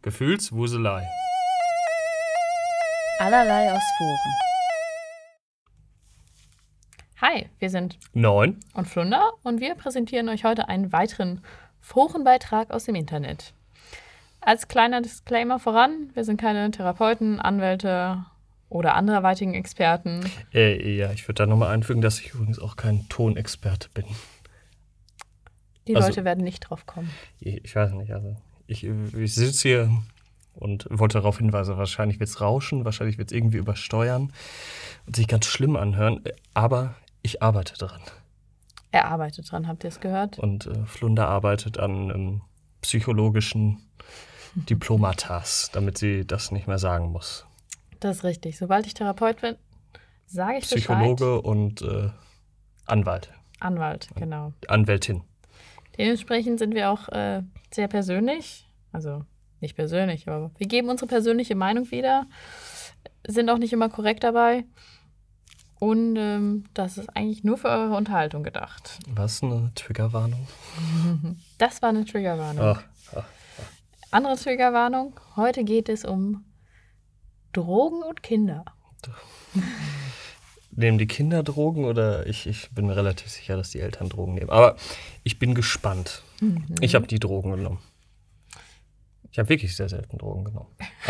Gefühlswuselei. Allerlei aus Foren. Hi, wir sind 9. und Flunder und wir präsentieren euch heute einen weiteren Forenbeitrag aus dem Internet. Als kleiner Disclaimer voran, wir sind keine Therapeuten, Anwälte oder anderweitigen Experten. Ja, ich würde da nochmal einfügen, dass ich übrigens auch kein Tonexperte bin. Die Leute werden nicht drauf kommen. Ich weiß nicht, also ich sitze hier und wollte darauf hinweisen, wahrscheinlich wird es rauschen, wahrscheinlich wird es irgendwie übersteuern und sich ganz schlimm anhören, aber ich arbeite dran. Er arbeitet dran, habt ihr es gehört? Und Flunder arbeitet an psychologischen Diplomatas, damit sie das nicht mehr sagen muss. Das ist richtig. Sobald ich Therapeut bin, sage ich Psychologe Bescheid. und Anwalt. Anwalt, genau. Anwältin. Dementsprechend sind wir auch sehr persönlich, also nicht persönlich, aber wir geben unsere persönliche Meinung wieder, sind auch nicht immer korrekt dabei und das ist eigentlich nur für eure Unterhaltung gedacht. Was, eine Triggerwarnung? Das war eine Triggerwarnung. Andere Triggerwarnung, heute geht es um Drogen und Kinder. Nehmen die Kinder Drogen oder ich bin mir relativ sicher, dass die Eltern Drogen nehmen. Aber ich bin gespannt. Ich habe die Drogen genommen. Ich habe wirklich sehr selten Drogen genommen.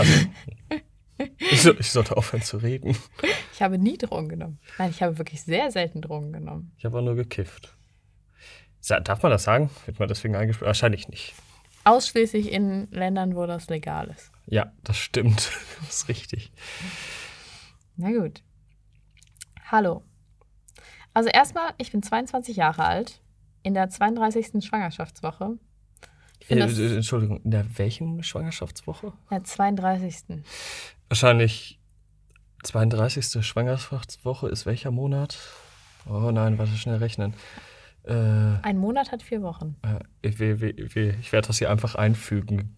Also, ich sollte aufhören zu reden. Ich habe nie Drogen genommen. Nein, ich habe wirklich sehr selten Drogen genommen. Ich habe auch nur gekifft. Darf man das sagen? Wird man deswegen eingesperrt? Wahrscheinlich nicht. Ausschließlich in Ländern, wo das legal ist. Ja, das stimmt. Das ist richtig. Na gut. Hallo. Also erstmal, ich bin 22 Jahre alt, in der 32. Schwangerschaftswoche. Entschuldigung, in der welchen Schwangerschaftswoche? In der 32. Wahrscheinlich 32. Schwangerschaftswoche ist welcher Monat? Oh nein, warte, schnell rechnen. Ein Monat hat 4 Wochen. Ich werde das hier einfach einfügen.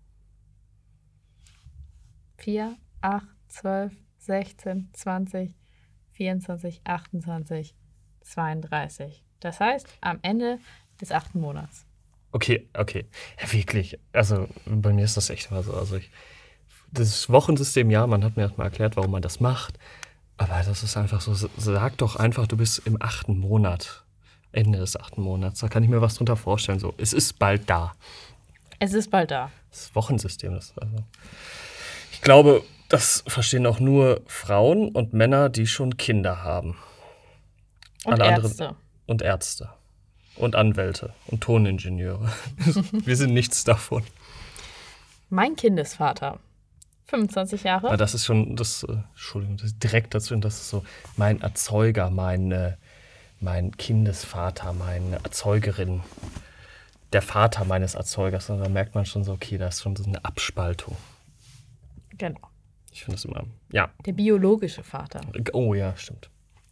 4, 8, 12, 16, 20, 24, 28, 32. Das heißt, am Ende des 8. Monats. Okay. Ja, wirklich. Also bei mir ist das echt immer so. Also das Wochensystem, ja, man hat mir erstmal erklärt, warum man das macht. Aber das ist einfach so, sag doch einfach, du bist im 8. Monat. Ende des 8. Monats. Da kann ich mir was drunter vorstellen. So, es ist bald da. Es ist bald da. Das Wochensystem. Ich glaube, das verstehen auch nur Frauen und Männer, die schon Kinder haben. Und Alle Ärzte. Anderen, und Ärzte. Und Anwälte. Und Toningenieure. Wir sind nichts davon. Mein Kindesvater. 25 Jahre. Aber das ist schon, Entschuldigung, das ist direkt dazu, das ist so mein Erzeuger, mein Kindesvater, meine Erzeugerin, der Vater meines Erzeugers. Und da merkt man schon so, okay, da ist schon so eine Abspaltung. Genau. Ich finde das immer, ja. Der biologische Vater. Oh ja, stimmt.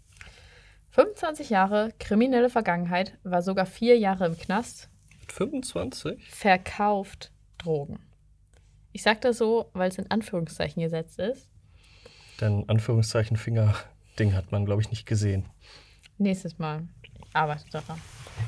25 Jahre, kriminelle Vergangenheit, war sogar 4 Jahre im Knast. Mit 25? Verkauft Drogen. Ich sage das so, weil es in Anführungszeichen gesetzt ist. Dein Anführungszeichen Finger-Ding hat man, glaube ich, nicht gesehen. Nächstes Mal. Ich arbeite daran.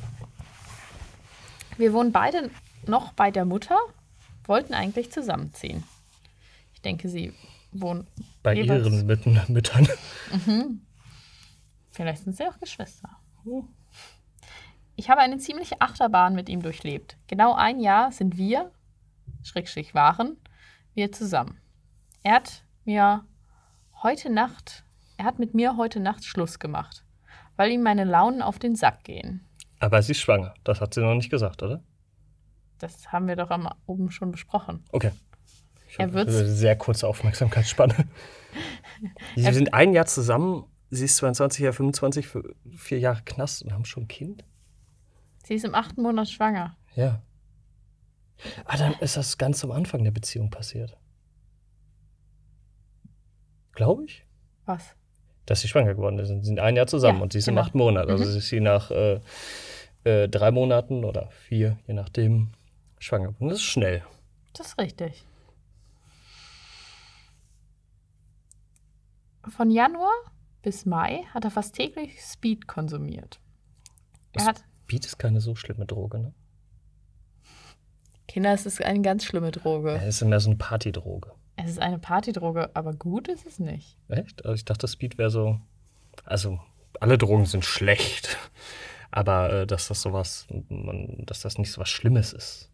Wir wohnen beide noch bei der Mutter, wollten eigentlich zusammenziehen. Ich denke, sie wohnen bei ihren Müttern. Vielleicht sind sie auch Geschwister. Ich habe eine ziemliche Achterbahn mit ihm durchlebt. Genau 1 Jahr sind wir, waren wir zusammen. Er hat mit mir heute Nacht Schluss gemacht, weil ihm meine Launen auf den Sack gehen. Aber sie ist schwanger. Das hat sie noch nicht gesagt, oder? Das haben wir doch oben schon besprochen. Okay. Ich Er habe wird's- eine sehr kurze Aufmerksamkeitsspanne. Sie sind 1 Jahr zusammen, sie ist 22, er 25, für 4 Jahre Knast und haben schon ein Kind? Sie ist im 8. Monat schwanger. Ja. Dann ist das ganz am Anfang der Beziehung passiert. Glaube ich. Was? Dass sie schwanger geworden ist. Sie sind 1 Jahr zusammen Ja, und sie ist genau. im 8. Monat. Also ist sie nach 3 Monaten oder 4, je nachdem, schwanger geworden. Das ist schnell. Das ist richtig. Von Januar bis Mai hat er fast täglich Speed konsumiert. Speed ist keine so schlimme Droge, ne? Kinder, es ist eine ganz schlimme Droge. Es ist mehr so eine Partydroge. Es ist eine Partydroge, aber gut ist es nicht. Echt? Also ich dachte, Speed wäre so. Also, alle Drogen sind schlecht. Aber dass das dass das nicht so was Schlimmes ist.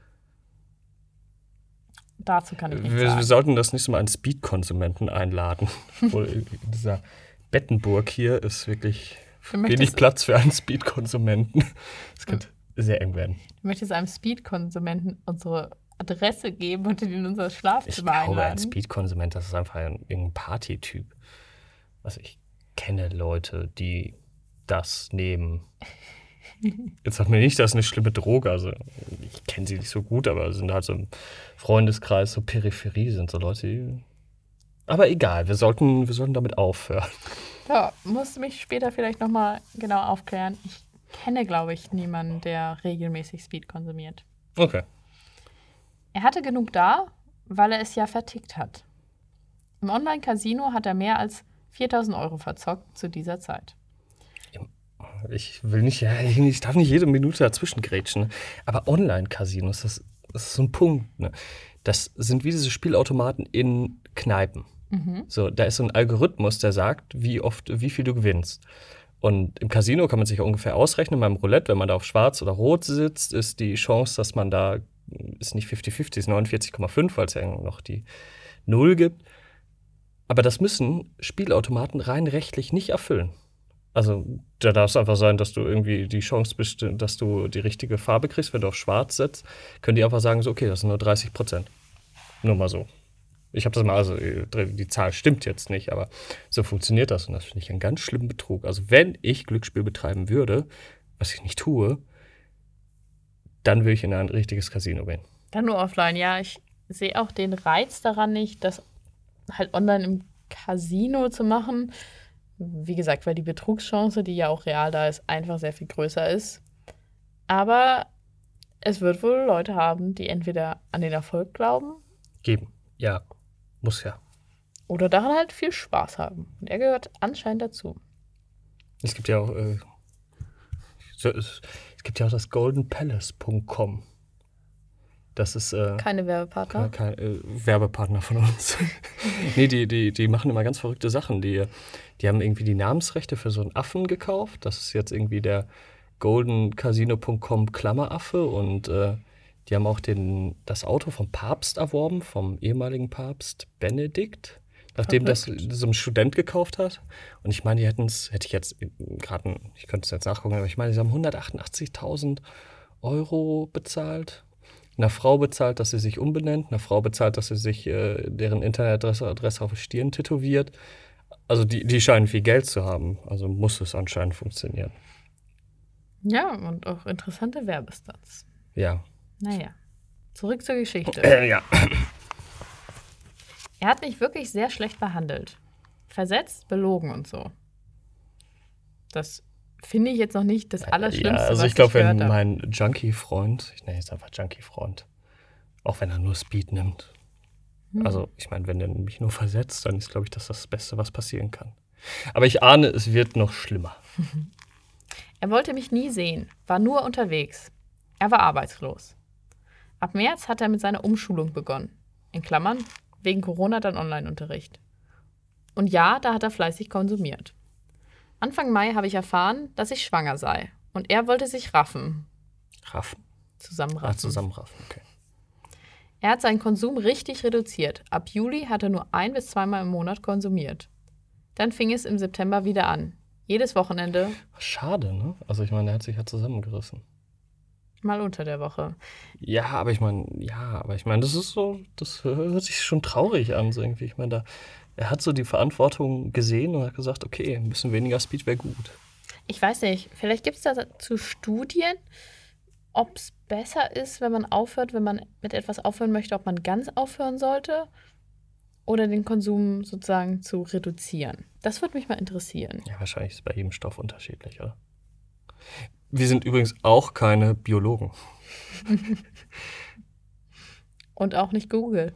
Dazu kann ich nichts Wir sagen. sollten das nächste Mal einen Speed-Konsumenten einladen. Dieser Bettenburg hier ist wirklich wenig Platz für einen Speed-Konsumenten. Das könnte sehr eng werden. Du möchtest einem Speed-Konsumenten unsere Adresse geben und ihn in unser Ich Schlafzimmer glaube, ein einladen? Speed-Konsument, das ist einfach irgendein Partytyp. Also ich kenne Leute, die das nehmen. Jetzt sag mir nicht, das ist eine schlimme Droge. Also ich kenne sie nicht so gut, aber sind halt so im Freundeskreis, so Peripherie sind so Leute, die. Aber egal, wir sollten damit aufhören. Ja, musst du mich später vielleicht nochmal genau aufklären. Ich kenne, glaube ich, niemanden, der regelmäßig Speed konsumiert. Okay. Er hatte genug da, weil er es ja vertickt hat. Im Online-Casino hat er mehr als 4.000 Euro verzockt zu dieser Zeit. Ich will nicht, ich darf nicht jede Minute dazwischen grätschen. Ne? Aber Online-Casinos, das ist so ein Punkt. Ne? Das sind wie diese Spielautomaten in Kneipen. So, da ist so ein Algorithmus, der sagt, wie viel du gewinnst. Und im Casino kann man sich ja ungefähr ausrechnen, beim Roulette, wenn man da auf Schwarz oder Rot sitzt, ist die Chance, dass man da, ist nicht 50-50, ist 49,5, weil es ja noch die 0 gibt. Aber das müssen Spielautomaten rein rechtlich nicht erfüllen. Also da darf es einfach sein, dass du irgendwie die Chance bist, dass du die richtige Farbe kriegst, wenn du auf Schwarz setzt. Können die einfach sagen, so, okay, das sind nur 30%. Nur mal so. Ich habe das mal, also die Zahl stimmt jetzt nicht, aber so funktioniert das. Und das finde ich einen ganz schlimmen Betrug. Also wenn ich Glücksspiel betreiben würde, was ich nicht tue, dann würde ich in ein richtiges Casino gehen. Dann nur offline, ja. Ich sehe auch den Reiz daran nicht, das halt online im Casino zu machen. Wie gesagt, weil die Betrugschance, die ja auch real da ist, einfach sehr viel größer ist. Aber es wird wohl Leute haben, die entweder an den Erfolg glauben Geben. Ja, muss ja. oder daran halt viel Spaß haben. Und er gehört anscheinend dazu. Es gibt ja auch, es gibt ja auch das goldenpalace.com. Das ist Keine Werbepartner. kein Werbepartner von uns. Nee, die machen immer ganz verrückte Sachen. Die haben irgendwie die Namensrechte für so einen Affen gekauft. Das ist jetzt irgendwie der goldencasino.com Klammeraffe. Und die haben auch das Auto vom Papst erworben, vom ehemaligen Papst Benedikt. Nachdem das so ein Student gekauft hat. Und ich meine, hätte ich jetzt gerade, ich könnte es jetzt nachgucken, aber ich meine, sie haben 188.000 Euro bezahlt. Einer Frau bezahlt, dass sie sich umbenennt. Einer Frau bezahlt, dass sie sich deren Internetadresse auf die Stirn tätowiert. Also die scheinen viel Geld zu haben. Also muss es anscheinend funktionieren. Ja, und auch interessante Werbestunts. Ja. Naja, zurück zur Geschichte. Ja. Er hat mich wirklich sehr schlecht behandelt. Versetzt, belogen und so. Das finde ich jetzt noch nicht das Allerschlimmste, Also was ich glaube, wenn gehört habe. mein Junkie-Freund, ich nenne jetzt einfach Junkie-Freund, auch wenn er nur Speed nimmt. Also ich meine, wenn er mich nur versetzt, dann ist, glaube ich, das Beste, was passieren kann. Aber ich ahne, es wird noch schlimmer. Er wollte mich nie sehen, war nur unterwegs. Er war arbeitslos. Ab März hat er mit seiner Umschulung begonnen. In Klammern, wegen Corona dann Online-Unterricht. Und ja, da hat er fleißig konsumiert. Anfang Mai habe ich erfahren, dass ich schwanger sei. Und er wollte sich raffen. Raffen? Zusammenraffen. Zusammenraffen, okay. Er hat seinen Konsum richtig reduziert. Ab Juli hat er nur 1- bis 2-mal im Monat konsumiert. Dann fing es im September wieder an. Jedes Wochenende. Schade, ne? Also ich meine, er hat sich ja zusammengerissen. Mal unter der Woche. Ja, aber ich meine, das ist so, das hört sich schon traurig an, so irgendwie. Ich meine, er hat so die Verantwortung gesehen und hat gesagt, okay, ein bisschen weniger Speed wäre gut. Ich weiß nicht, vielleicht gibt es dazu Studien, ob es besser ist, wenn man aufhört, wenn man mit etwas aufhören möchte, ob man ganz aufhören sollte oder den Konsum sozusagen zu reduzieren. Das würde mich mal interessieren. Ja, wahrscheinlich ist es bei jedem Stoff unterschiedlich, oder? Wir sind übrigens auch keine Biologen. Und auch nicht Google.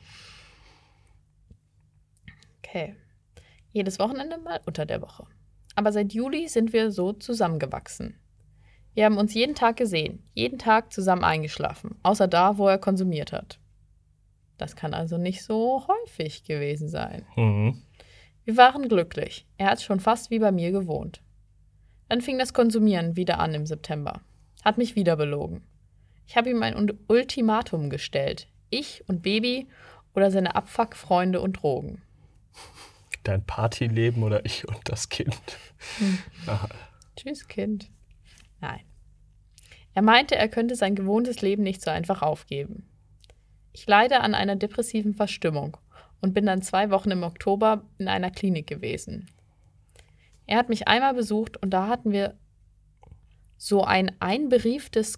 Okay. Jedes Wochenende mal unter der Woche. Aber seit Juli sind wir so zusammengewachsen. Wir haben uns jeden Tag gesehen, jeden Tag zusammen eingeschlafen, außer da, wo er konsumiert hat. Das kann also nicht so häufig gewesen sein. Mhm. Wir waren glücklich. Er hat schon fast wie bei mir gewohnt. Dann fing das Konsumieren wieder an im September. Hat mich wieder belogen. Ich habe ihm ein Ultimatum gestellt. Ich und Baby oder seine Abfuck-Freunde und Drogen. Dein Partyleben oder ich und das Kind. Aha. Tschüss, Kind. Nein. Er meinte, er könnte sein gewohntes Leben nicht so einfach aufgeben. Ich leide an einer depressiven Verstimmung und bin dann 2 Wochen im Oktober in einer Klinik gewesen. Er hat mich einmal besucht und da hatten wir so ein einberieftes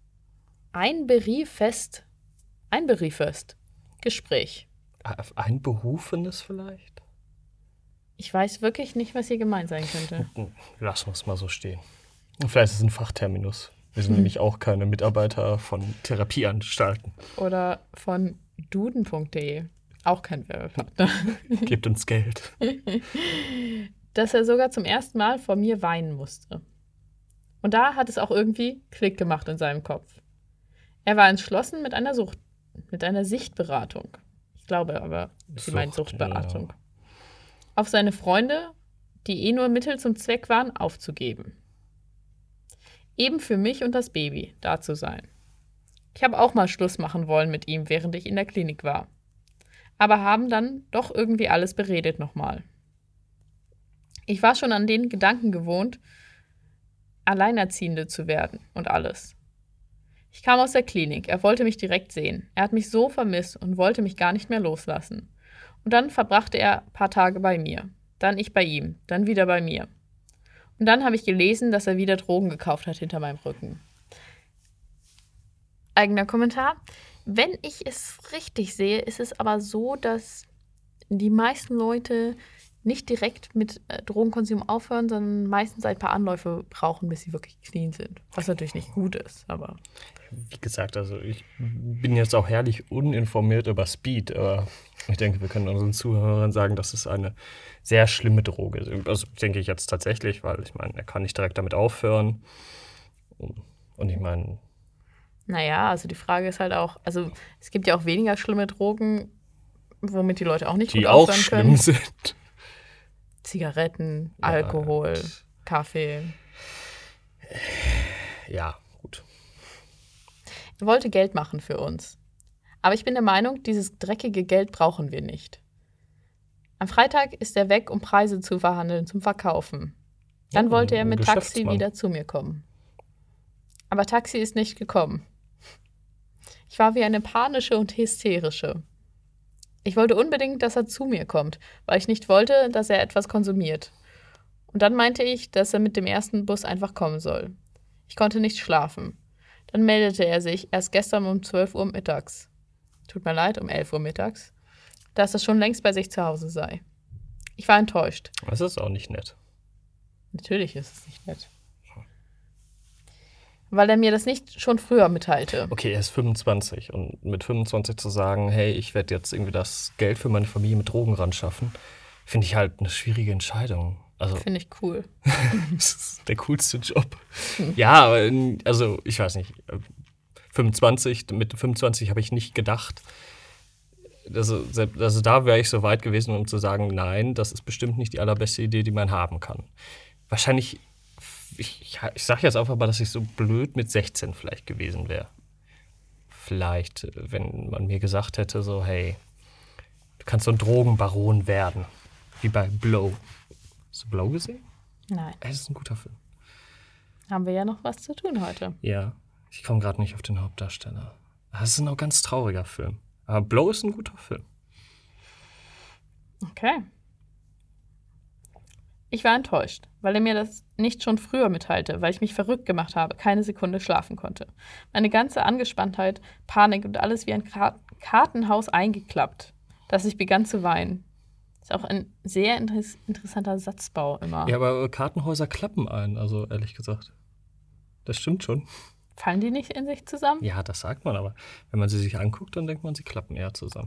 Gespräch. Ein Berufenes vielleicht? Ich weiß wirklich nicht, was hier gemeint sein könnte. Lassen wir es mal so stehen. Vielleicht ist es ein Fachterminus. Wir sind nämlich auch keine Mitarbeiter von Therapieanstalten. Oder von duden.de. Auch kein Werbepartner. Gebt uns Geld. Dass er sogar zum ersten Mal vor mir weinen musste. Und da hat es auch irgendwie Klick gemacht in seinem Kopf. Er war entschlossen mit einer Sichtberatung. Ich glaube aber, sie meint Suchtberatung. Ja. Auf seine Freunde, die nur Mittel zum Zweck waren, aufzugeben. Eben für mich und das Baby da zu sein. Ich habe auch mal Schluss machen wollen mit ihm, während ich in der Klinik war. Aber haben dann doch irgendwie alles beredet nochmal. Ich war schon an den Gedanken gewohnt, Alleinerziehende zu werden und alles. Ich kam aus der Klinik, er wollte mich direkt sehen. Er hat mich so vermisst und wollte mich gar nicht mehr loslassen. Und dann verbrachte er ein paar Tage bei mir. Dann ich bei ihm, dann wieder bei mir. Und dann habe ich gelesen, dass er wieder Drogen gekauft hat hinter meinem Rücken. Eigener Kommentar. Wenn ich es richtig sehe, ist es aber so, dass die meisten Leute nicht direkt mit Drogenkonsum aufhören, sondern meistens ein paar Anläufe brauchen, bis sie wirklich clean sind. Was natürlich nicht gut ist, aber... Wie gesagt, also ich bin jetzt auch herrlich uninformiert über Speed, aber ich denke, wir können unseren Zuhörern sagen, dass es eine sehr schlimme Droge ist. Also denke ich jetzt tatsächlich, weil ich meine, er kann nicht direkt damit aufhören. Und ich meine... Naja, also die Frage ist halt auch, also es gibt ja auch weniger schlimme Drogen, womit die Leute auch nicht gut aufhören können. Die auch schlimm sind. Zigaretten, Alkohol, Kaffee. Ja, gut. Er wollte Geld machen für uns. Aber ich bin der Meinung, dieses dreckige Geld brauchen wir nicht. Am Freitag ist er weg, um Preise zu verhandeln, zum Verkaufen. Dann wollte er mit Taxi wieder zu mir kommen. Aber Taxi ist nicht gekommen. Ich war wie eine panische und hysterische. Ich wollte unbedingt, dass er zu mir kommt, weil ich nicht wollte, dass er etwas konsumiert. Und dann meinte ich, dass er mit dem ersten Bus einfach kommen soll. Ich konnte nicht schlafen. Dann meldete er sich erst gestern um 12 Uhr mittags. Tut mir leid, um 11 Uhr mittags. Dass er schon längst bei sich zu Hause sei. Ich war enttäuscht. Das ist auch nicht nett. Natürlich ist es nicht nett. Weil er mir das nicht schon früher mitteilte. Okay, er ist 25 und mit 25 zu sagen, hey, ich werde jetzt irgendwie das Geld für meine Familie mit Drogen ran schaffen, finde ich halt eine schwierige Entscheidung. Also, finde ich cool. Das ist der coolste Job. Ja, aber also ich weiß nicht, mit 25 habe ich nicht gedacht. Also da wäre ich so weit gewesen, um zu sagen, nein, das ist bestimmt nicht die allerbeste Idee, die man haben kann. Wahrscheinlich, ich sage jetzt einfach mal, dass ich so blöd mit 16 vielleicht gewesen wäre. Vielleicht, wenn man mir gesagt hätte, so, hey, du kannst so ein Drogenbaron werden. Wie bei Blow. Hast du Blow gesehen? Nein. Das ist ein guter Film. Haben wir ja noch was zu tun heute. Ja, ich komme gerade nicht auf den Hauptdarsteller. Das ist ein auch ganz trauriger Film. Aber Blow ist ein guter Film. Okay. Ich war enttäuscht, weil er mir das nicht schon früher mitteilte, weil ich mich verrückt gemacht habe, keine Sekunde schlafen konnte. Meine ganze Angespanntheit, Panik und alles wie ein Kartenhaus eingeklappt, dass ich begann zu weinen. Ist auch ein sehr interessanter Satzbau immer. Ja, aber Kartenhäuser klappen ein, also ehrlich gesagt. Das stimmt schon. Fallen die nicht in sich zusammen? Ja, das sagt man, aber wenn man sie sich anguckt, dann denkt man, sie klappen eher zusammen.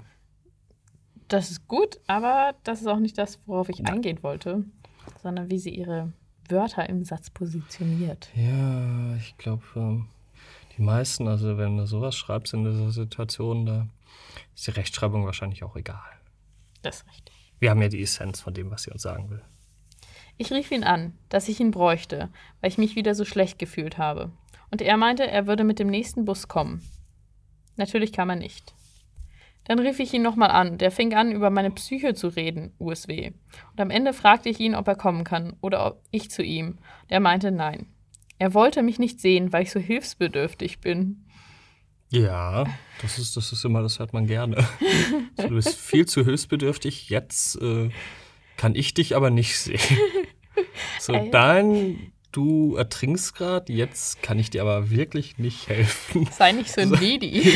Das ist gut, aber das ist auch nicht das, worauf ich eingehen wollte, sondern wie sie ihre Wörter im Satz positioniert. Ja, ich glaube, die meisten, also wenn du sowas schreibst in dieser Situation, da ist die Rechtschreibung wahrscheinlich auch egal. Das ist richtig. Wir haben ja die Essenz von dem, was sie uns sagen will. Ich rief ihn an, dass ich ihn bräuchte, weil ich mich wieder so schlecht gefühlt habe. Und er meinte, er würde mit dem nächsten Bus kommen. Natürlich kam er nicht. Dann rief ich ihn nochmal an. Der fing an, über meine Psyche zu reden, USW. Und am Ende fragte ich ihn, ob er kommen kann oder ob ich zu ihm. Der meinte nein. Er wollte mich nicht sehen, weil ich so hilfsbedürftig bin. Ja, das ist immer, das hört man gerne. Also, du bist viel zu hilfsbedürftig, jetzt kann ich dich aber nicht sehen. So, nein, du ertrinkst gerade, jetzt kann ich dir aber wirklich nicht helfen. Sei nicht so needy.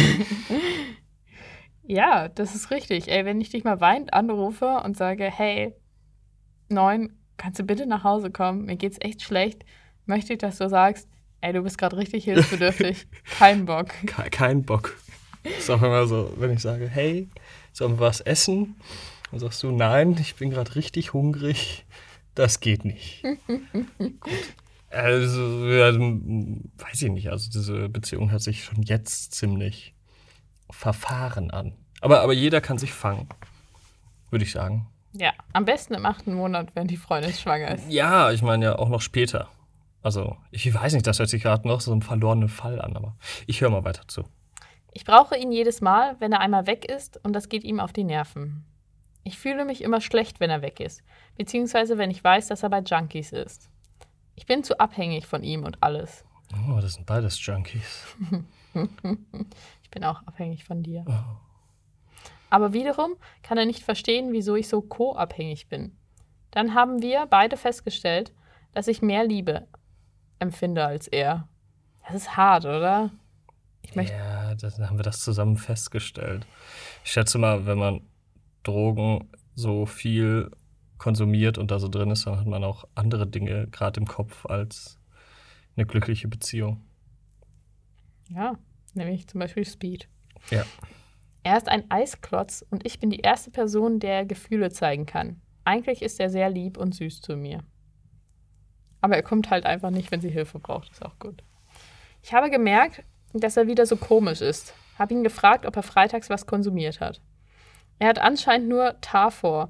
Ja, das ist richtig. Ey, wenn ich dich mal weinend anrufe und sage, hey, 9, kannst du bitte nach Hause kommen? Mir geht's echt schlecht. Möchte ich, dass du sagst, ey, du bist gerade richtig hilfsbedürftig. Kein Bock. Kein Bock. Ist auch immer so, wenn ich sage, hey, sollen wir was essen? Dann sagst du, nein, ich bin gerade richtig hungrig. Das geht nicht. Gut. Also, weiß ich nicht. Also diese Beziehung hört sich schon jetzt ziemlich verfahren an. Aber jeder kann sich fangen, würde ich sagen. Ja, am besten im 8. Monat, wenn die Freundin schwanger ist. Ja, ich meine ja auch noch später. Also, ich weiß nicht, das hört sich gerade noch so einen verlorenen Fall an, aber ich höre mal weiter zu. Ich brauche ihn jedes Mal, wenn er einmal weg ist, und das geht ihm auf die Nerven. Ich fühle mich immer schlecht, wenn er weg ist, beziehungsweise wenn ich weiß, dass er bei Junkies ist. Ich bin zu abhängig von ihm und alles. Oh, das sind beides Junkies. Ich bin auch abhängig von dir. Oh. Aber wiederum kann er nicht verstehen, wieso ich so co-abhängig bin. Dann haben wir beide festgestellt, dass ich mehr Liebe empfinde als er. Das ist hart, oder? Ja, dann haben wir das zusammen festgestellt. Ich schätze mal, wenn man Drogen so viel konsumiert und da so drin ist, dann hat man auch andere Dinge gerade im Kopf als eine glückliche Beziehung. Ja, nämlich zum Beispiel Speed. Ja. Er ist ein Eisklotz und ich bin die erste Person, der er Gefühle zeigen kann. Eigentlich ist er sehr lieb und süß zu mir. Aber er kommt halt einfach nicht, wenn sie Hilfe braucht. Ist auch gut. Ich habe gemerkt, dass er wieder so komisch ist. Habe ihn gefragt, ob er freitags was konsumiert hat. Er hat anscheinend nur Tavor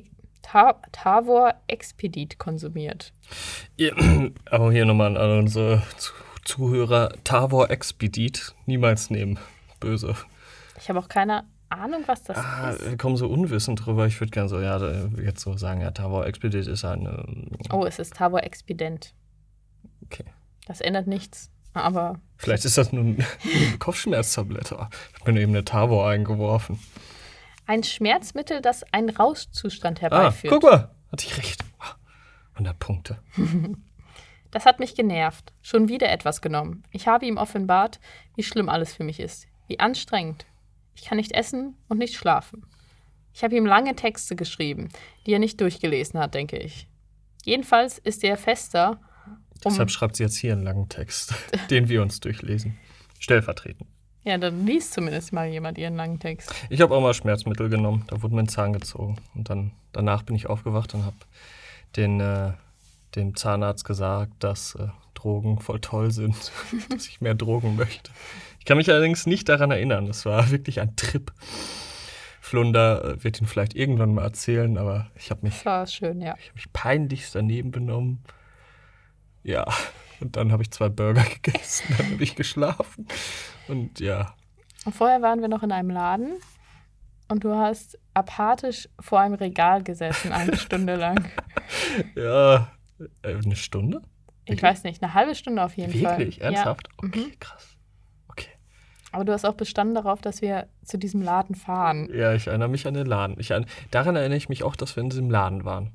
Expedit konsumiert. Ja, aber hier nochmal an unsere Zuhörer, Tavor Expedit niemals nehmen. Böse. Ich habe auch keine Ahnung, was das ist. Wir kommen so unwissend drüber. Ich würde gerne so, jetzt so sagen, ja, Tavor Expedit ist ein... Oh, es ist Tavor Expedent. Okay. Das ändert nichts, aber... Vielleicht ist das nur eine Kopfschmerztablette. Ich habe mir eben eine Tavor eingeworfen. Ein Schmerzmittel, das einen Rauschzustand herbeiführt. Guck mal, hatte ich recht. 100 Punkte. Das hat mich genervt. Schon wieder etwas genommen. Ich habe ihm offenbart, wie schlimm alles für mich ist. Wie anstrengend. Ich kann nicht essen und nicht schlafen. Ich habe ihm lange Texte geschrieben, die er nicht durchgelesen hat, denke ich. Jedenfalls ist er fester. Deshalb schreibt sie jetzt hier einen langen Text, den wir uns durchlesen. Stellvertretend. Ja, dann liest zumindest mal jemand ihren langen Text. Ich habe auch mal Schmerzmittel genommen. Da wurde mein Zahn gezogen. Und danach bin ich aufgewacht und habe dem Zahnarzt gesagt, dass Drogen voll toll sind, dass ich mehr Drogen möchte. Ich kann mich allerdings nicht daran erinnern. Das war wirklich ein Trip. Flunder wird ihn vielleicht irgendwann mal erzählen, aber ich habe mich, Das war schön, ja. ich hab mich peinlichst daneben benommen. Ja, und dann habe ich 2 Burger gegessen, dann habe ich geschlafen. Und ja. Und vorher waren wir noch in einem Laden und du hast apathisch vor einem Regal gesessen, eine Stunde lang. Ja, eine Stunde? Ich weiß nicht, eine halbe Stunde auf jeden Fall. Wirklich? Ernsthaft? Ja. Okay, krass. Okay. Aber du hast auch bestanden darauf, dass wir zu diesem Laden fahren. Ja, ich erinnere mich an den Laden. Daran erinnere ich mich auch, dass wir in diesem Laden waren.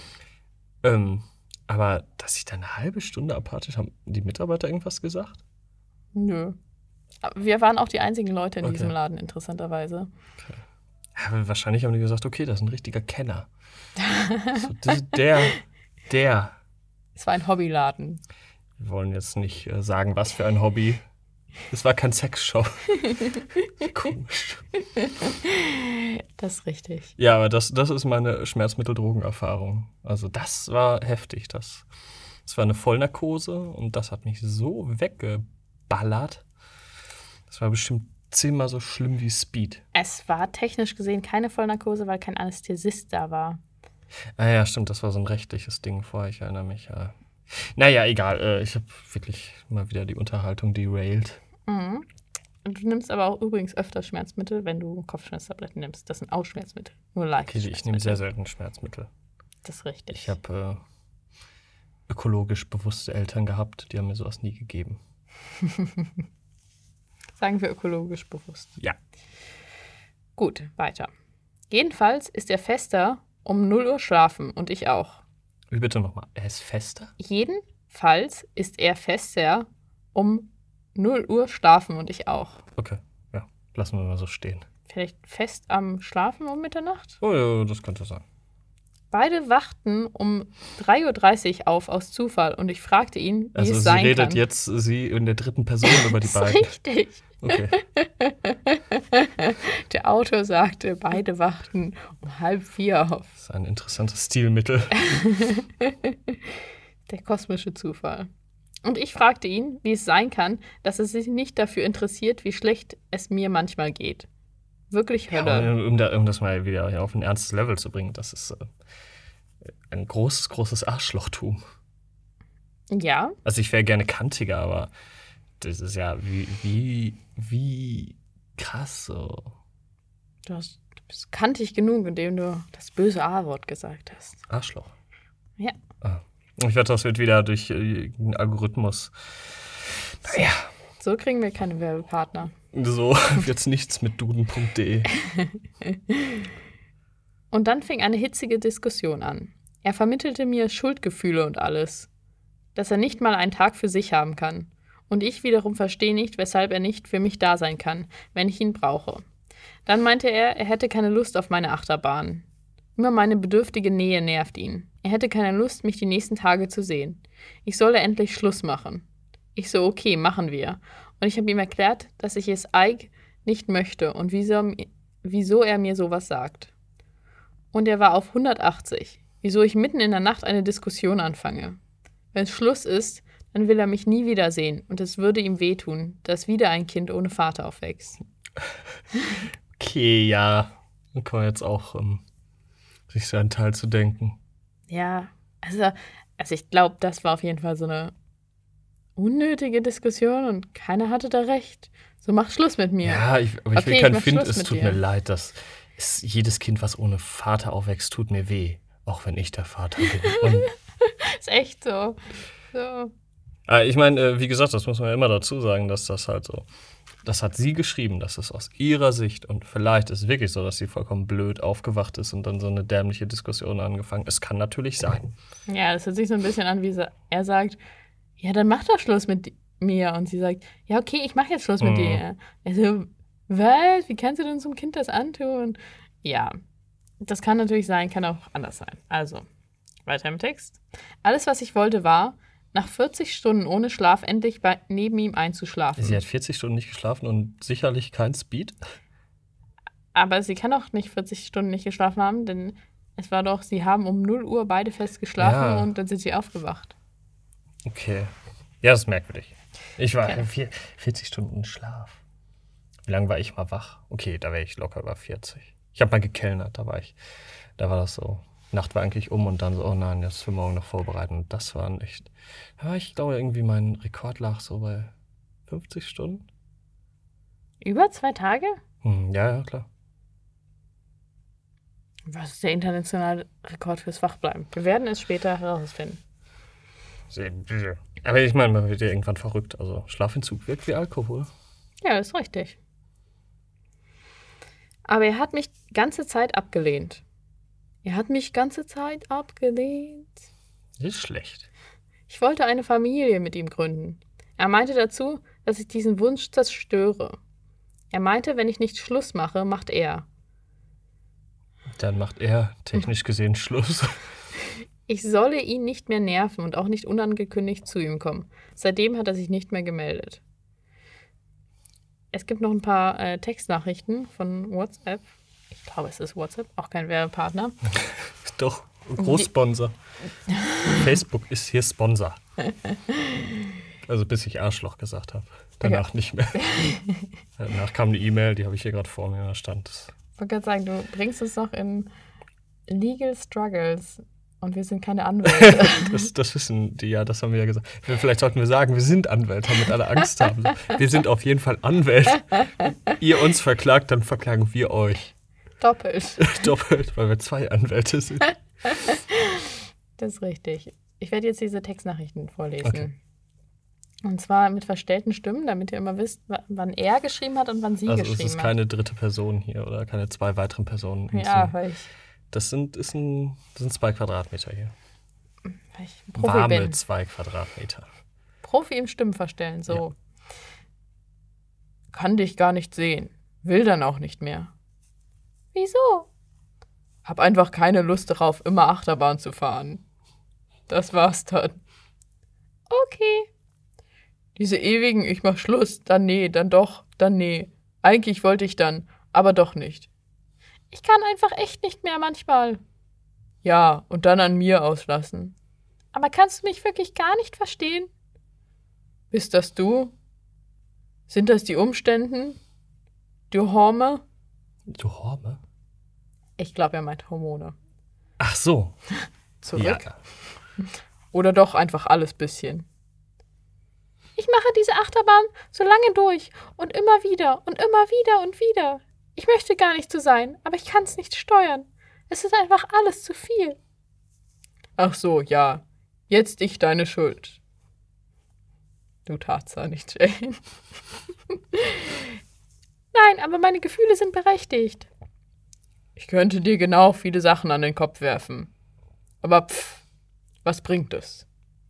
Aber dass ich da eine halbe Stunde apathisch, haben die Mitarbeiter irgendwas gesagt? Nö. Aber wir waren auch die einzigen Leute in Okay. diesem Laden, interessanterweise. Okay. Ja, aber wahrscheinlich haben die gesagt, okay, das ist ein richtiger Kenner. So, der. Es war ein Hobbyladen. Wir wollen jetzt nicht sagen, was für ein Hobby. Es war kein Sexshop. Komisch. Das ist richtig. Ja, aber das ist meine Schmerzmittel-Drogen-Erfahrung. Also das war heftig. Das Es war eine Vollnarkose und das hat mich so weggeballert. Das war bestimmt 10-mal so schlimm wie Speed. Es war technisch gesehen keine Vollnarkose, weil kein Anästhesist da war. Ah ja, stimmt, das war so ein rechtliches Ding vorher, ich erinnere mich. Ja. Naja, egal, ich habe wirklich mal wieder die Unterhaltung derailed. Mhm. Und du nimmst aber auch übrigens öfter Schmerzmittel, wenn du Kopfschmerztabletten nimmst. Das sind auch Schmerzmittel, nur leicht. Okay, ich nehme sehr selten Schmerzmittel. Das ist richtig. Ich habe ökologisch bewusste Eltern gehabt, die haben mir sowas nie gegeben. Sagen wir ökologisch bewusst. Ja. Gut, weiter. Jedenfalls ist er fester um 0 Uhr schlafen und ich auch. Wie bitte nochmal? Er ist fester? Jedenfalls ist er fester um 0 Uhr schlafen und ich auch. Okay, ja, lassen wir mal so stehen. Vielleicht fest am Schlafen um Mitternacht? Oh ja, das könnte sein. Beide wachten um 3:30 Uhr auf aus Zufall und ich fragte ihn, wie Also es sein kann. sie redet jetzt sie in der dritten Person über die Das ist beiden. richtig. Okay. Der Autor sagte, beide wachten um 3:30 auf. Das ist ein interessantes Stilmittel. Der kosmische Zufall. Und ich fragte ihn, wie es sein kann, dass er sich nicht dafür interessiert, wie schlecht es mir manchmal geht. Wirklich Hölle. Ja, um das mal wieder auf ein ernstes Level zu bringen, das ist ein großes Arschlochtum. Ja, Also ich wäre gerne kantiger, aber das ist ja wie krass so. du bist kantig genug, indem du das böse A-Wort gesagt hast. Arschloch. Ja. Ah. Ich wette, das wird wieder durch einen Algorithmus. Naja, So kriegen wir keine Werbepartner. so wird's nichts mit duden.de. Und dann fing eine hitzige Diskussion an. Er vermittelte mir Schuldgefühle und alles. Dass er nicht mal einen Tag für sich haben kann. Und ich wiederum verstehe nicht, weshalb er nicht für mich da sein kann, wenn ich ihn brauche. Dann meinte er, er hätte keine Lust auf meine Achterbahn. Immer meine bedürftige Nähe nervt ihn. Er hätte keine Lust, mich die nächsten Tage zu sehen. Ich solle endlich Schluss machen. Ich so, okay, machen wir. Und ich habe ihm erklärt, dass ich es nicht möchte und wieso er mir sowas sagt. Und er war auf 180. Wieso ich mitten in der Nacht eine Diskussion anfange. Wenn es Schluss ist, dann will er mich nie wiedersehen und es würde ihm wehtun, dass wieder ein Kind ohne Vater aufwächst. Okay, ja. Da kann man jetzt auch sich so einen Teil zu denken. Ja, also ich glaube, das war auf jeden Fall so eine unnötige Diskussion und keiner hatte da recht. So, mach Schluss mit mir. Ja, aber ich Okay, will ich keinen mach Find, Schluss es mit tut dir. mir leid, dass jedes Kind, was ohne Vater aufwächst, tut mir weh. Auch wenn ich der Vater bin. Und, Ist echt so. So. ich meine, wie gesagt, das muss man ja immer dazu sagen, dass das halt so. Das hat sie geschrieben, das ist aus ihrer Sicht. Und vielleicht ist es wirklich so, dass sie vollkommen blöd aufgewacht ist und dann so eine dämliche Diskussion angefangen. Es kann natürlich sein. Ja, das hört sich so ein bisschen an, wie er sagt, ja, dann mach doch Schluss mit mir. Und sie sagt, ja, okay, ich mache jetzt Schluss mit dir. Also, was? Wie kannst du denn so einem Kind das antun? Ja, das kann natürlich sein, kann auch anders sein. Also, weiter im Text. Alles, was ich wollte, war, nach 40 Stunden ohne Schlaf endlich neben ihm einzuschlafen. Sie hat 40 Stunden nicht geschlafen und sicherlich kein Speed. Aber sie kann auch nicht 40 Stunden nicht geschlafen haben, denn es war doch, sie haben um 0 Uhr beide fest geschlafen Ja. und dann sind sie aufgewacht. Okay. Ja, das ist merkwürdig. Ich war Okay. 40 Stunden Schlaf. Wie lange war ich mal wach? Okay, da wäre ich locker über 40. Ich habe mal gekellnert, da war das so. Nacht war eigentlich und dann so, oh nein, jetzt für morgen noch vorbereiten. Und das waren echt, ja, ich glaube irgendwie mein Rekord lag so bei 50 Stunden. Über 2 Tage? Ja, klar. Was ist der internationale Rekord fürs Wachbleiben? Wir werden es später herausfinden. Aber ich meine, man wird ja irgendwann verrückt. Also Schlafentzug wirkt wie Alkohol. Ja, das ist richtig. Aber er hat mich ganze Zeit abgelehnt. Ist schlecht. Ich wollte eine Familie mit ihm gründen. Er meinte dazu, dass ich diesen Wunsch zerstöre. Er meinte, wenn ich nicht Schluss mache, macht er. Dann macht er technisch gesehen Schluss. Ich solle ihn nicht mehr nerven und auch nicht unangekündigt zu ihm kommen. Seitdem hat er sich nicht mehr gemeldet. Es gibt noch ein paar Textnachrichten von WhatsApp. Ich glaube, es ist WhatsApp, auch kein Werbepartner. Doch, Großsponsor. Facebook ist hier Sponsor. Also bis ich Arschloch gesagt habe. Danach nicht mehr. Danach kam eine E-Mail, die habe ich hier gerade vor mir, da stand es. Ich wollte gerade sagen, du bringst es noch in Legal Struggles und wir sind keine Anwälte. Das wissen die ja, das haben wir ja gesagt. Vielleicht sollten wir sagen, wir sind Anwälte, damit alle Angst haben. Wir sind auf jeden Fall Anwälte. Ihr uns verklagt, dann verklagen wir euch. Doppelt. Doppelt, weil wir 2 Anwälte sind. Das ist richtig. Ich werde jetzt diese Textnachrichten vorlesen. Okay. Und zwar mit verstellten Stimmen, damit ihr immer wisst, wann er geschrieben hat und wann sie Also geschrieben es ist keine dritte Person hier oder keine 2 weiteren Personen. hat. Ja, weil Das sind 2 Quadratmeter hier. ich ein Profi Warme bin. 2 Quadratmeter. Profi im Stimmen verstellen, so. Kann dich gar nicht sehen. Will dann auch nicht mehr. Wieso? Hab einfach keine Lust darauf, immer Achterbahn zu fahren. Das war's dann. Okay. Diese ewigen, ich mach Schluss, dann nee, dann doch, dann nee. Eigentlich wollte ich dann, aber doch nicht. Ich kann einfach echt nicht mehr manchmal. Ja, und dann an mir auslassen. Aber kannst du mich wirklich gar nicht verstehen? Bist das du? Sind das die Umständen? Du Horme? Du Horme? Ich glaube, er meint Hormone. Ach so. Zurück. Ja. Oder doch einfach alles bisschen. Ich mache diese Achterbahn so lange durch und immer wieder und immer wieder und wieder. Ich möchte gar nicht so sein, aber ich kann es nicht steuern. Es ist einfach alles zu viel. Ach so, ja. Jetzt ich deine Schuld. Du Tatsache nicht, Jane. Nein, aber meine Gefühle sind berechtigt. Ich könnte dir genau viele Sachen an den Kopf werfen. Aber was bringt es?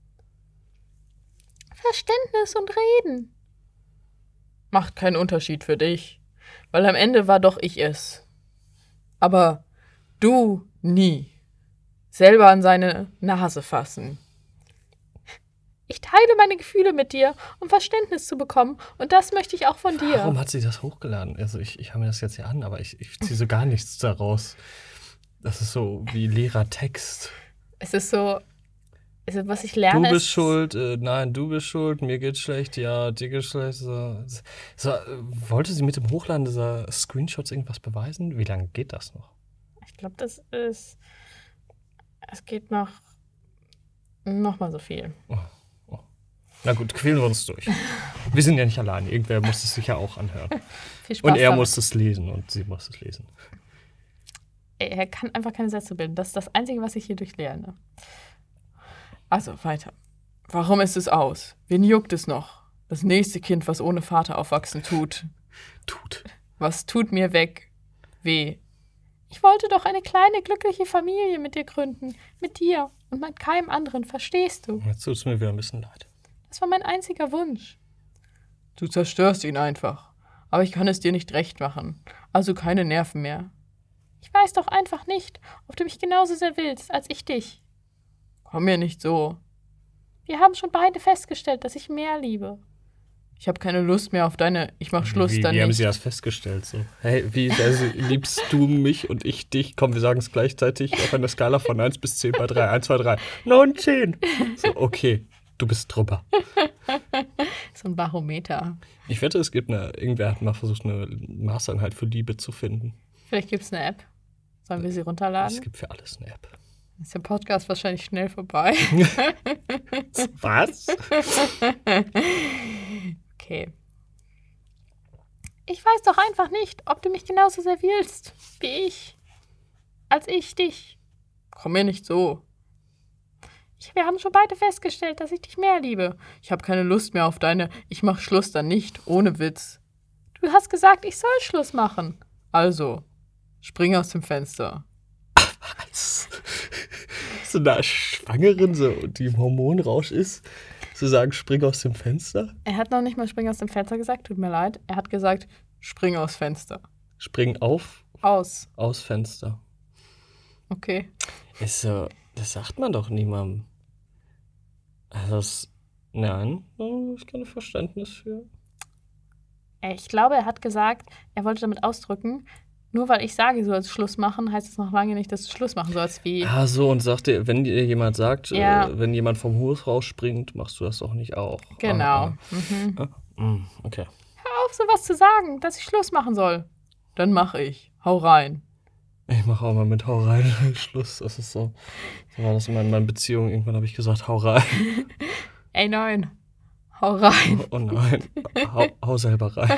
Verständnis und Reden. Macht keinen Unterschied für dich, weil am Ende war doch ich es. Aber du nie. Selber an seine Nase fassen. Ich teile meine Gefühle mit dir, um Verständnis zu bekommen, und das möchte ich auch von dir. Warum hat sie das hochgeladen? Also ich habe mir das jetzt hier an, aber ich ziehe so gar nichts daraus. Das ist so wie leerer Text. Es ist so, also was ich lerne. Du bist schuld, nein, du bist schuld, mir geht's schlecht, ja, dir geht's schlecht. Wollte sie mit dem Hochladen dieser Screenshots irgendwas beweisen? Wie lange geht das noch? Ich glaube, es geht noch mal so viel. Oh. Na gut, quälen wir uns durch. Wir sind ja nicht allein. Irgendwer muss es sich ja auch anhören. Viel Spaß Und er damit. muss es lesen und sie muss es lesen. Er kann einfach keine Sätze bilden. Das ist das Einzige, was ich hier durchlerne. Also, weiter. Warum ist es aus? Wen juckt es noch? Das nächste Kind, was ohne Vater aufwachsen tut. Was tut mir weg? Weh. Ich wollte doch eine kleine, glückliche Familie mit dir gründen. Mit dir und mit keinem anderen, verstehst du? Jetzt tut es mir wieder ein bisschen leid. Das war mein einziger Wunsch. Du zerstörst ihn einfach. Aber ich kann es dir nicht recht machen. Also keine Nerven mehr. Ich weiß doch einfach nicht, ob du mich genauso sehr willst, als ich dich. Komm mir nicht so. Wir haben schon beide festgestellt, dass ich mehr liebe. Ich habe keine Lust mehr auf deine Ich mach Schluss dann Wie nicht. haben sie das festgestellt? So? Hey, wie liebst du mich und ich dich? Komm, wir sagen es gleichzeitig auf einer Skala von 1 bis 10 bei 3. 1, 2, 3. 9, 10. So, okay, du bist drüber. So ein Barometer. Ich wette, irgendwer hat mal versucht, eine Maßeinheit für Liebe zu finden. Vielleicht gibt es eine App. Sollen wir sie runterladen? Es gibt für alles eine App. Ist der Podcast wahrscheinlich schnell vorbei. Was? Okay. Ich weiß doch einfach nicht, ob du mich genauso sehr willst wie ich. Als ich dich. Komm mir nicht so. Wir haben schon beide festgestellt, dass ich dich mehr liebe. Ich habe keine Lust mehr auf deine Ich mach Schluss dann nicht, ohne Witz. Du hast gesagt, ich soll Schluss machen. Also, spring aus dem Fenster. Was? So einer Schwangeren, so, die im Hormonrausch ist, zu sagen, spring aus dem Fenster? Er hat noch nicht mal spring aus dem Fenster gesagt, tut mir leid. Er hat gesagt, spring aus Fenster. Spring auf? Aus Fenster. Okay. Das sagt man doch niemandem. Also, nein, da habe ich kein Verständnis für. Ich glaube, er hat gesagt, er wollte damit ausdrücken, nur weil ich sage, du sollst Schluss machen, heißt das noch lange nicht, dass du Schluss machen sollst. Wie Ah, so, und sagt dir, wenn dir jemand sagt, Ja. wenn jemand vom Hof rausspringt, machst du das doch nicht auch. genau. Okay. Hör auf, sowas zu sagen, dass ich Schluss machen soll. Dann mache ich. Hau rein. Ich mache auch mal mit Hau rein Schluss. Das ist so. So war das in meinen Beziehungen. Irgendwann habe ich gesagt, hau rein. Ey, nein. Hau rein. Oh nein. Hau selber rein.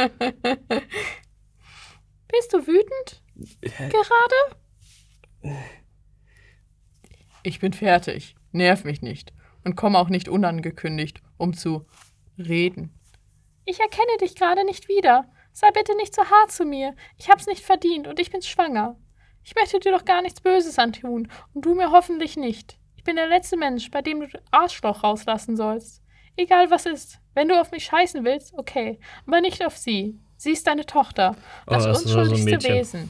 Bist du wütend gerade? Ich bin fertig. Nerv mich nicht. Und komm auch nicht unangekündigt, um zu reden. Ich erkenne dich gerade nicht wieder. Sei bitte nicht so hart zu mir. Ich hab's nicht verdient und ich bin schwanger. Ich möchte dir doch gar nichts Böses antun und du mir hoffentlich nicht. Ich bin der letzte Mensch, bei dem du den Arschloch rauslassen sollst. Egal was ist. Wenn du auf mich scheißen willst, okay. Aber nicht auf sie. Sie ist deine Tochter. Das das ist so ein unschuldigste Mädchen. Wesen.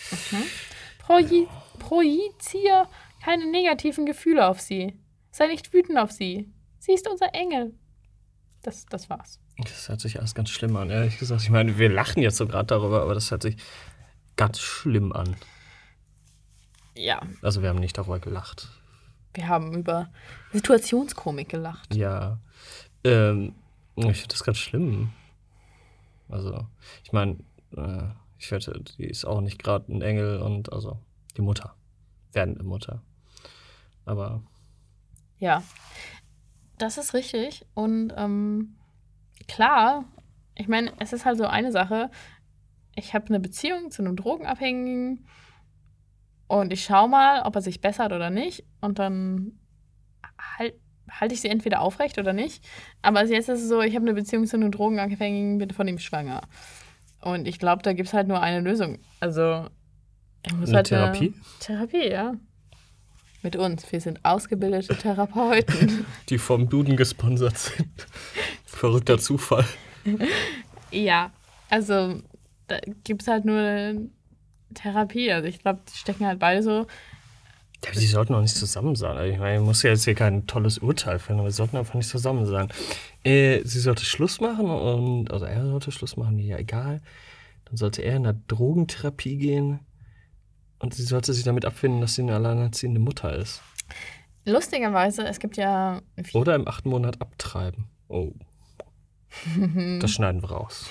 Projizier keine negativen Gefühle auf sie. Sei nicht wütend auf sie. Sie ist unser Engel. Das war's. Das hört sich alles ganz schlimm an, ehrlich gesagt. Ich meine, wir lachen jetzt so gerade darüber, aber das hört sich ganz schlimm an. Ja, Also wir haben nicht darüber gelacht. wir haben über Situationskomik gelacht. Ja. Ich finde das ganz schlimm. Also, ich meine, ich wette, die ist auch nicht gerade ein Engel und also die Mutter. Werdende Mutter. Aber Ja, das ist richtig. Und klar, ich meine, es ist halt so eine Sache. Ich habe eine Beziehung zu einem Drogenabhängigen und ich schaue mal, ob er sich bessert oder nicht. Und dann halte ich sie entweder aufrecht oder nicht. Aber jetzt ist es so, ich habe eine Beziehung zu einem Drogenabhängigen, bin von ihm schwanger. Und ich glaube, da gibt es halt nur eine Lösung. Also, ich muss eine halt Therapie, Therapie, ja. Mit uns. Wir sind ausgebildete Therapeuten. die vom Duden gesponsert sind. Verrückter Zufall. Ja, also da gibt es halt nur Therapie. Also ich glaube, die stecken halt beide so. Ja, aber die sollten auch nicht zusammen sein. Also ich meine, ich muss ja jetzt hier kein tolles Urteil fällen, aber sie sollten einfach nicht zusammen sein. Sie sollte Schluss machen und, also er sollte Schluss machen, mir ja egal. Dann sollte er in eine Drogentherapie gehen und sie sollte sich damit abfinden, dass sie eine alleinerziehende Mutter ist. Lustigerweise, es gibt ja. Oder im 8. Monat abtreiben. Oh. Das schneiden wir raus.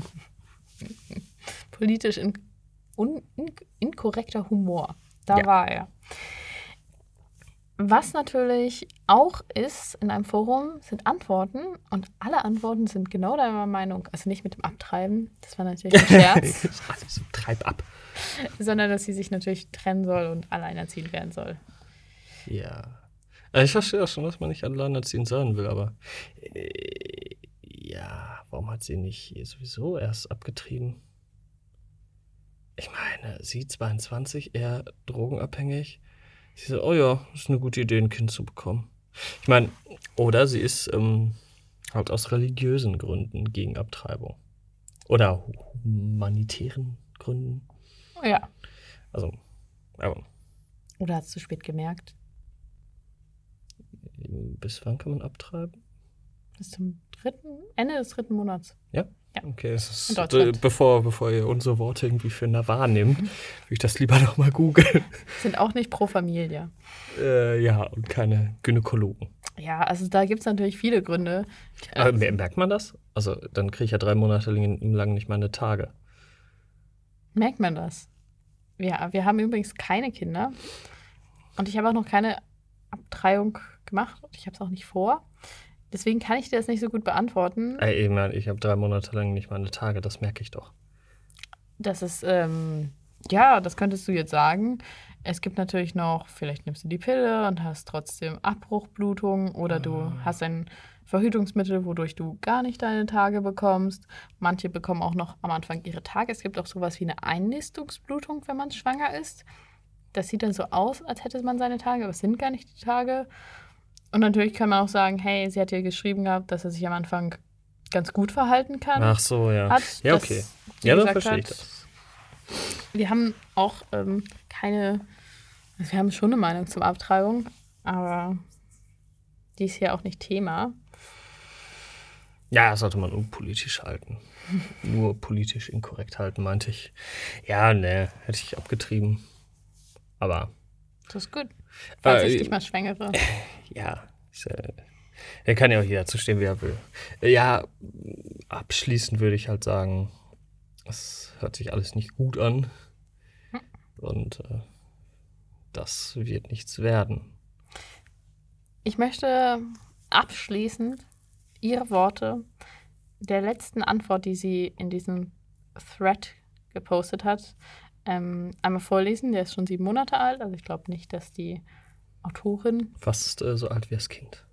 Politisch inkorrekter Humor. Da Ja. war er. Was natürlich auch ist in einem Forum, sind Antworten. Und alle Antworten sind genau deiner Meinung. Also nicht mit dem Abtreiben, das war natürlich ein Scherz, Also, treib ab. sondern dass sie sich natürlich trennen soll und alleinerziehend werden soll. Ja. Ich verstehe auch schon, dass man nicht alleinerziehend sein will, aber ja, warum hat sie nicht sowieso erst abgetrieben? Ich meine, sie 22, er drogenabhängig. Sie so, oh ja, ist eine gute Idee, ein Kind zu bekommen. Ich meine, oder sie ist halt aus religiösen Gründen gegen Abtreibung. Oder humanitären Gründen. Ja. Also, aber Oder hat es zu spät gemerkt? bis wann kann man abtreiben? Bis zum Ende des 3. Monats. Ja? Ja. Okay, es In ist, Deutschland. bevor ihr unsere Worte irgendwie für nah wahrnehmt, würde ich das lieber noch mal googeln. Sind auch nicht pro Familie. Ja, und keine Gynäkologen. Ja, also da gibt es natürlich viele Gründe. Merkt man das? Also, dann kriege ich ja 3 Monate lang nicht meine Tage. Merkt man das? Ja, wir haben übrigens keine Kinder. Und ich habe auch noch keine Abtreibung gemacht. Und ich habe es auch nicht vor. Deswegen kann ich dir das nicht so gut beantworten. Ich meine, ich habe 3 Monate lang nicht meine Tage, das merke ich doch. Das ist, ja, das könntest du jetzt sagen. Es gibt natürlich noch, vielleicht nimmst du die Pille und hast trotzdem Abbruchblutung oder du hast ein Verhütungsmittel, wodurch du gar nicht deine Tage bekommst. Manche bekommen auch noch am Anfang ihre Tage. Es gibt auch sowas wie eine Einnistungsblutung, wenn man schwanger ist. Das sieht dann so aus, als hätte man seine Tage, aber es sind gar nicht die Tage. Und natürlich kann man auch sagen, hey, sie hat ja geschrieben gehabt, dass er sich am Anfang ganz gut verhalten kann. Ach so, ja. Ja, okay. Ja, dann verstehe ich das. Wir haben auch keine, also wir haben schon eine Meinung zur Abtreibung, aber die ist hier auch nicht Thema. Ja, das sollte man unpolitisch halten. Nur politisch inkorrekt halten, meinte ich. Ja, ne, hätte ich abgetrieben. Aber Das ist gut. Falls ich Äh, dich mal schwängere. ja, da kann ja auch jeder zu stehen, wie er will. Ja, abschließend würde ich halt sagen, es hört sich alles nicht gut an. Und das wird nichts werden. Ich möchte abschließend Ihre Worte der letzten Antwort, die sie in diesem Thread gepostet hat, einmal vorlesen. Der ist schon 7 Monate alt, also ich glaube nicht, dass die Autorin... Fast so alt wie das Kind.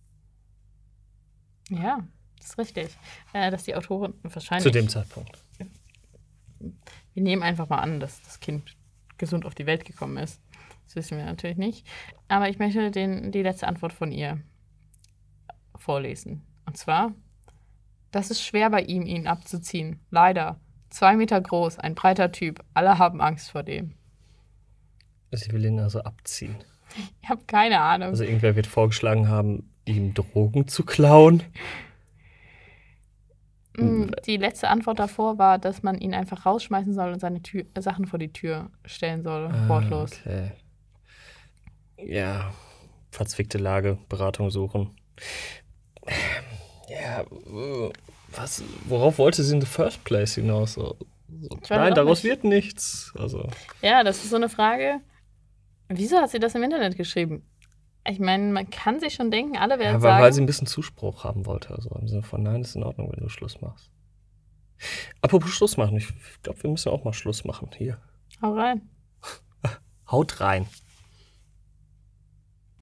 Ja, das ist richtig. Dass die Autorin wahrscheinlich... Zu dem Zeitpunkt. Wir nehmen einfach mal an, dass das Kind gesund auf die Welt gekommen ist. Das wissen wir natürlich nicht. Aber ich möchte die letzte Antwort von ihr vorlesen. Und zwar: Das ist schwer bei ihm, ihn abzuziehen. Leider. 2 Meter groß, ein breiter Typ. Alle haben Angst vor dem. Sie will ihn also abziehen. Ich habe keine Ahnung. Also irgendwer wird vorgeschlagen haben, ihm Drogen zu klauen. Die letzte Antwort davor war, dass man ihn einfach rausschmeißen soll und seine Sachen vor die Tür stellen soll. Wortlos. Okay. Ja, verzwickte Lage, Beratung suchen. Ja, worauf wollte sie in the first place hinaus? Nein, daraus wird nichts. Also. Ja, das ist so eine Frage. Wieso hat sie das im Internet geschrieben? Ich meine, man kann sich schon denken, alle werden sagen... weil sie ein bisschen Zuspruch haben wollte. Also im Sinne von, nein, ist in Ordnung, wenn du Schluss machst. Apropos Schluss machen, ich glaube, wir müssen auch mal Schluss machen. Hier. Hau rein. Haut rein.